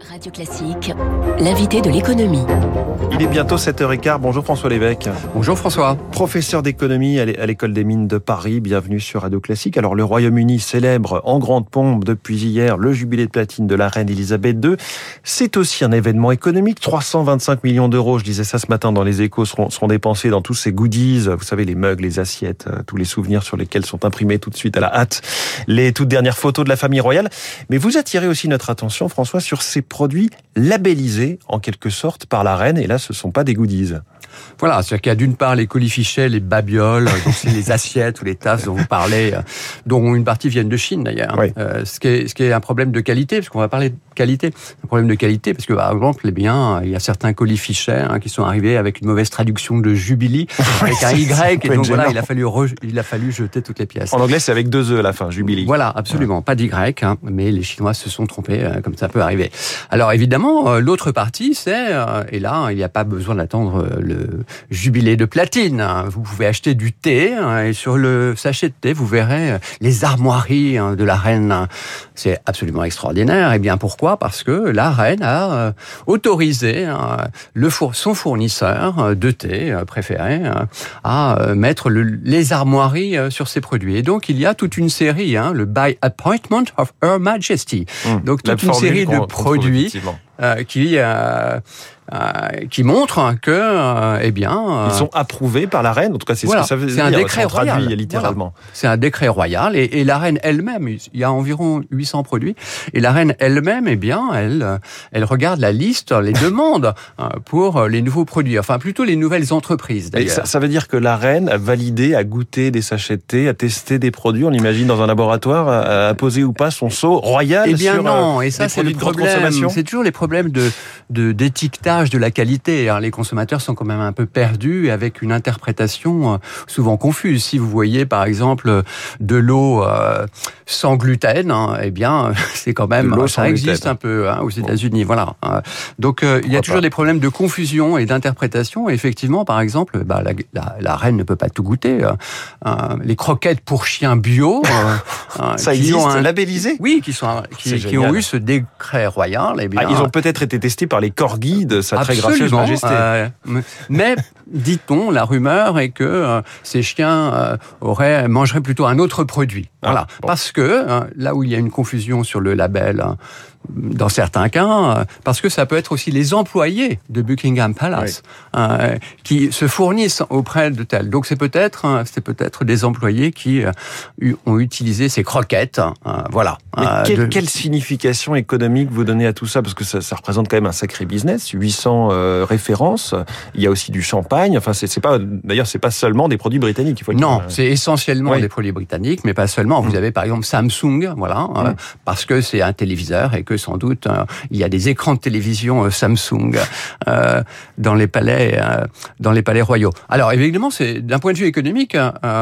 Radio Classique, l'invité de l'économie. Il est bientôt 7h15. Bonjour François Lévesque. Bonjour François. Professeur d'économie à l'École des Mines de Paris. Bienvenue sur Radio Classique. Alors le Royaume-Uni célèbre en grande pompe depuis hier le jubilé de platine de la reine Elisabeth II. C'est aussi un événement économique. 325 millions d'euros, je disais ça ce matin dans les Échos, seront dépensés dans tous ces goodies. Vous savez, les mugs, les assiettes, tous les souvenirs sur lesquels sont imprimés tout de suite à la hâte les toutes dernières photos de la famille royale. Mais vous attirez aussi notre attention, François, sur ces produits labellisés en quelque sorte par la reine. Et là, ce ne sont pas des goodies. Voilà, c'est-à-dire qu'il y a d'une part les colifichets, les babioles, donc c'est les assiettes ou les tasses dont vous parlez, dont une partie viennent de Chine d'ailleurs. Oui. Ce qui est un problème de qualité, parce qu'on va parler de qualité. Un problème de qualité, parce que par exemple, il y a certains colifichets qui sont arrivés avec une mauvaise traduction de Jubilee, avec un Y, et donc voilà, il a fallu jeter toutes les pièces. En anglais, c'est avec 2 E à la fin, Jubilee. Voilà, absolument, pas d'Y, mais les Chinois se sont trompés, comme ça peut arriver. Alors évidemment, l'autre partie, c'est, et là, il n'y a pas besoin d'attendre le jubilé de platine. Vous pouvez acheter du thé, et sur le sachet de thé, vous verrez les armoiries de la reine. C'est absolument extraordinaire. Et bien pourquoi ? Parce que la reine a autorisé son fournisseur de thé préféré à mettre les armoiries sur ses produits. Et donc il y a toute une série, le By Appointment of Her Majesty. Donc toute une série de produits qui montrent que, ils sont approuvés par la reine. En tout cas, c'est voilà, ce que ça veut dire. C'est un décret royal, traduit, littéralement. Voilà. C'est un décret royal, et la reine elle-même, il y a environ 800 produits, et la reine elle-même, elle regarde la liste, les demandes pour les nouveaux produits, enfin plutôt les nouvelles entreprises d'ailleurs. Ça veut dire que la reine a validé, a goûté des sachets de thé, a testé des produits, on l'imagine dans un laboratoire, a posé ou pas son sceau royal sur non, et ça c'est le problème. C'est toujours les problèmes d'étiquetage de la qualité. Les consommateurs sont quand même un peu perdus avec une interprétation souvent confuse. Si vous voyez par exemple de l'eau sans gluten, c'est quand même ça existe un peu aux États-Unis. Voilà. Donc il y a toujours des problèmes de confusion et d'interprétation. Et effectivement, par exemple, la reine ne peut pas tout goûter. Les croquettes pour chiens bio, ça existe, labellisé. Oui, qui ont eu ce décret royal. Ils ont peut-être été testés par les corgis de sa très gracieuse majesté. Mais dit-on, la rumeur est que ces chiens mangeraient plutôt un autre produit. Voilà, parce que là où il y a une confusion sur le label, dans certains cas, parce que ça peut être aussi les employés de Buckingham Palace qui se fournissent auprès de tels. Donc c'est peut-être des employés qui ont utilisé ces croquettes. Voilà. Mais quelle signification économique vous donnez à tout ça ? Parce que ça représente quand même un sacré business. 800 références. Il y a aussi du champagne. Enfin, c'est pas seulement des produits britanniques. Il faut le dire. Non, c'est essentiellement des produits britanniques, mais pas seulement. Vous avez par exemple Samsung, parce que c'est un téléviseur et que sans doute il y a des écrans de télévision Samsung dans les palais royaux. Alors évidemment, c'est d'un point de vue économique,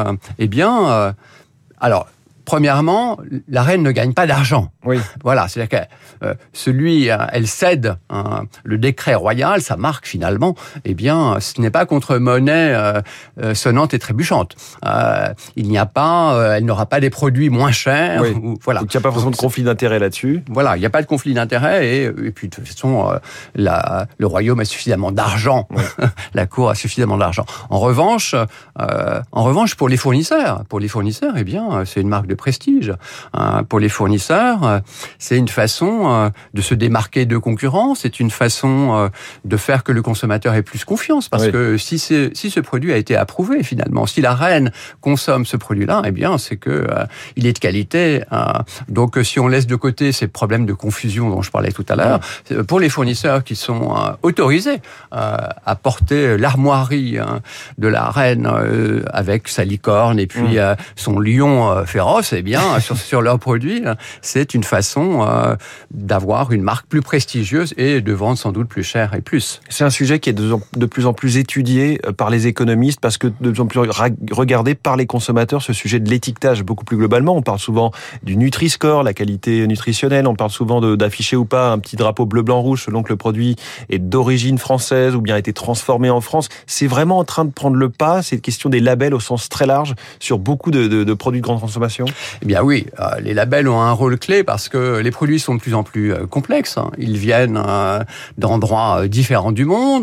premièrement, la reine ne gagne pas d'argent. Oui. Voilà, c'est-à-dire que elle cède le décret royal, sa marque finalement. Ce n'est pas contre monnaie sonnante et trébuchante. Elle n'aura pas des produits moins chers. Oui. Voilà. Donc il n'y a pas forcément de conflit d'intérêt là-dessus. Voilà, il n'y a pas de conflit d'intérêt et puis de toute façon, le royaume a suffisamment d'argent. Oui. La cour a suffisamment d'argent. En revanche, pour les fournisseurs, c'est une marque de prestige. Pour les fournisseurs, c'est une façon de se démarquer de concurrents, c'est une façon de faire que le consommateur ait plus confiance, parce que si ce produit a été approuvé finalement, si la reine consomme ce produit-là, c'est que il est de qualité. Donc si on laisse de côté ces problèmes de confusion dont je parlais tout à l'heure, pour les fournisseurs qui sont autorisés à porter l'armoirie de la reine avec sa licorne et puis son lion féroce, sur leurs produits, c'est une façon d'avoir une marque plus prestigieuse et de vendre sans doute plus cher et plus. C'est un sujet qui est de plus en plus étudié par les économistes parce que de plus en plus regardé par les consommateurs, ce sujet de l'étiquetage beaucoup plus globalement. On parle souvent du Nutri-Score, la qualité nutritionnelle. On parle souvent d'afficher ou pas un petit drapeau bleu, blanc, rouge selon que le produit est d'origine française ou bien a été transformé en France. C'est vraiment en train de prendre le pas, cette question des labels au sens très large sur beaucoup de produits de grande consommation. Eh bien oui, les labels ont un rôle clé parce que les produits sont de plus en plus complexes. Ils viennent d'endroits différents du monde.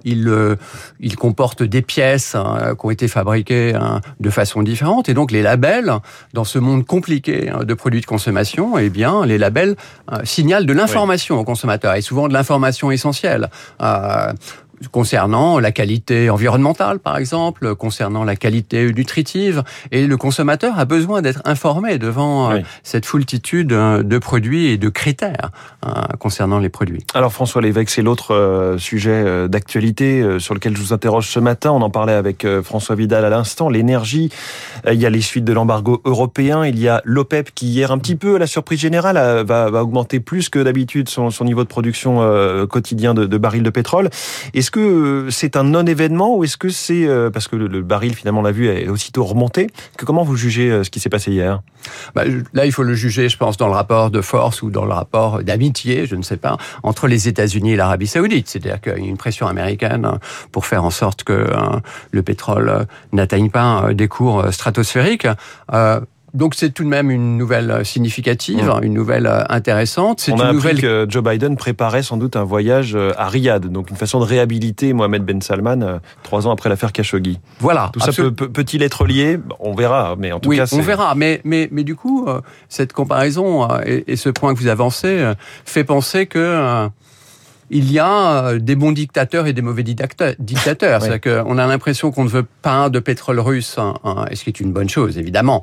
Ils comportent des pièces qui ont été fabriquées de façon différente. Et donc les labels, dans ce monde compliqué de produits de consommation, eh bien les labels signalent de l'information aux consommateurs, et souvent de l'information essentielle. Concernant la qualité environnementale, par exemple, concernant la qualité nutritive. Et le consommateur a besoin d'être informé devant cette foultitude de produits et de critères concernant les produits. Alors François Lévesque, c'est l'autre sujet d'actualité sur lequel je vous interroge ce matin. On en parlait avec François Vidal à l'instant. L'énergie, il y a les suites de l'embargo européen. Il y a l'OPEP qui, hier, un petit peu à la surprise générale, va augmenter plus que d'habitude son niveau de production quotidien de barils de pétrole. Est-ce que c'est un non-événement ou est-ce que c'est, parce que le baril, finalement, on l'a vu, est aussitôt remonté, comment vous jugez ce qui s'est passé hier ? Là, il faut le juger, je pense, dans le rapport de force ou dans le rapport d'amitié, je ne sais pas, entre les États-Unis et l'Arabie Saoudite. C'est-à-dire qu'il y a une pression américaine pour faire en sorte que le pétrole n'atteigne pas des cours stratosphériques. Donc c'est tout de même une nouvelle significative, une nouvelle intéressante. On a appris que Joe Biden préparait sans doute un voyage à Riyad, donc une façon de réhabiliter Mohammed Ben Salman 3 ans après l'affaire Khashoggi. Voilà. Tout ça peut-il être lié ? On verra, mais en tout cas... on verra, mais du coup, cette comparaison et ce point que vous avancez fait pencer que... il y a des bons dictateurs et des mauvais dictateurs. C'est-à-dire qu'on a l'impression qu'on ne veut pas de pétrole russe, ce qui est une bonne chose, évidemment,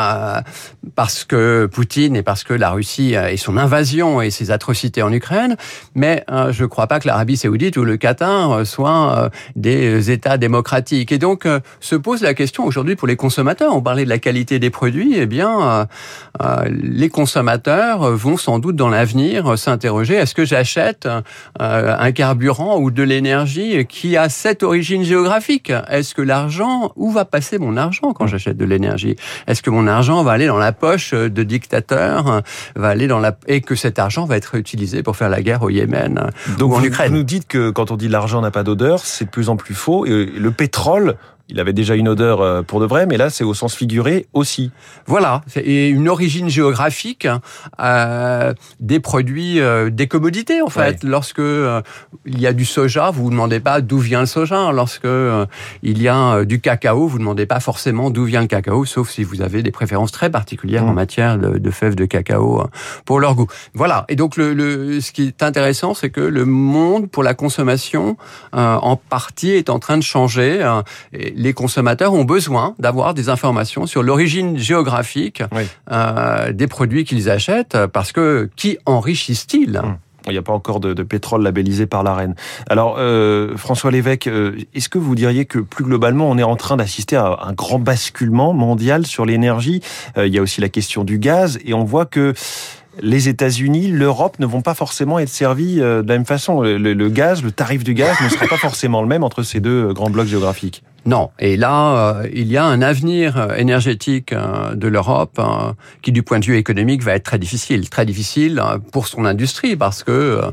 parce que Poutine et parce que la Russie et son invasion et ses atrocités en Ukraine, mais je ne crois pas que l'Arabie Saoudite ou le Qatar soient des États démocratiques. Et donc, se pose la question aujourd'hui pour les consommateurs. On parlait de la qualité des produits, eh bien, les consommateurs vont sans doute dans l'avenir s'interroger, est-ce que j'achète un carburant ou de l'énergie qui a cette origine géographique? Est-ce que où va passer mon argent quand j'achète de l'énergie? Est-ce que mon argent va aller dans la poche de dictateurs, et que cet argent va être utilisé pour faire la guerre au Yémen ou en Ukraine? Vous nous dites que quand on dit l'argent n'a pas d'odeur, c'est de plus en plus faux. Et le pétrole, il avait déjà une odeur pour de vrai, mais là, c'est au sens figuré aussi. Voilà, et une origine géographique des produits, des commodités en fait. Lorsque il y a du soja, vous ne demandez pas d'où vient le soja. Lorsque il y a du cacao, vous ne demandez pas forcément d'où vient le cacao, sauf si vous avez des préférences très particulières en matière de fèves de cacao pour leur goût. Voilà, et donc ce qui est intéressant, c'est que le monde pour la consommation, en partie, est en train de changer. Les consommateurs ont besoin d'avoir des informations sur l'origine géographique des produits qu'ils achètent, parce que qui enrichissent-ils ? Il n'y a pas encore de pétrole labellisé par l'AREN. Alors, François Lévesque, est-ce que vous diriez que plus globalement, on est en train d'assister à un grand basculement mondial sur l'énergie ? Il y a aussi la question du gaz, et on voit que les États-Unis, l'Europe ne vont pas forcément être servis de la même façon. Le gaz, le tarif du gaz ne sera pas forcément le même entre ces deux grands blocs géographiques. Non. Et là, il y a un avenir énergétique de l'Europe qui, du point de vue économique, va être très difficile pour son industrie, parce que,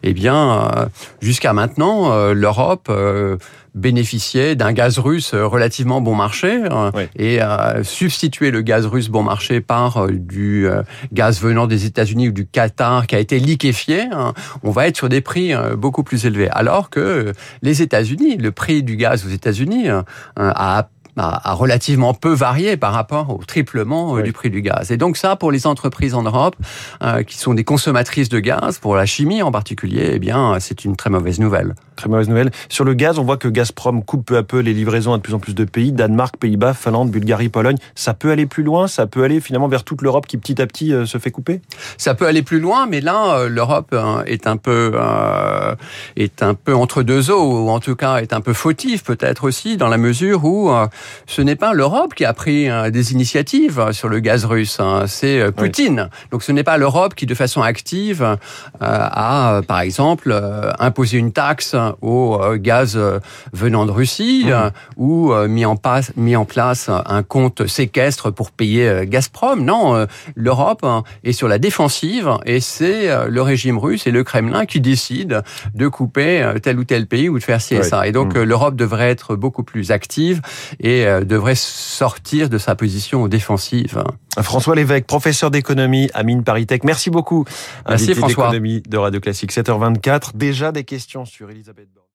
jusqu'à maintenant, l'Europe bénéficiait d'un gaz russe relativement bon marché et substituer le gaz russe bon marché par du gaz venant des États-Unis ou du Qatar qui a été liquéfié, on va être sur des prix beaucoup plus élevés. Alors que les États-Unis, le prix du gaz aux États-Unis a relativement peu varié par rapport au triplement du prix du gaz. Et donc ça, pour les entreprises en Europe, qui sont des consommatrices de gaz, pour la chimie en particulier, eh bien, c'est une très mauvaise nouvelle. Très mauvaise nouvelle. Sur le gaz, on voit que Gazprom coupe peu à peu les livraisons à de plus en plus de pays, Danemark, Pays-Bas, Finlande, Bulgarie, Pologne. Ça peut aller plus loin? Ça peut aller finalement vers toute l'Europe qui petit à petit se fait couper? Ça peut aller plus loin, mais là, l'Europe est un peu entre deux eaux, ou en tout cas est un peu fautive peut-être aussi, dans la mesure où ce n'est pas l'Europe qui a pris des initiatives sur le gaz russe, c'est Poutine. Donc ce n'est pas l'Europe qui, de façon active, a, par exemple, imposé une taxe au gaz venant de Russie, ou mis en place un compte séquestre pour payer Gazprom. Non, l'Europe est sur la défensive, et c'est le régime russe et le Kremlin qui décident de couper tel ou tel pays ou de faire ci et ça. Et donc l'Europe devrait être beaucoup plus active et et devrait sortir de sa position défensive. François Lévesque, professeur d'économie à Mines ParisTech. Merci beaucoup. Merci François. D'économie de Radio Classique 7h24. Déjà des questions sur Elisabeth Borne.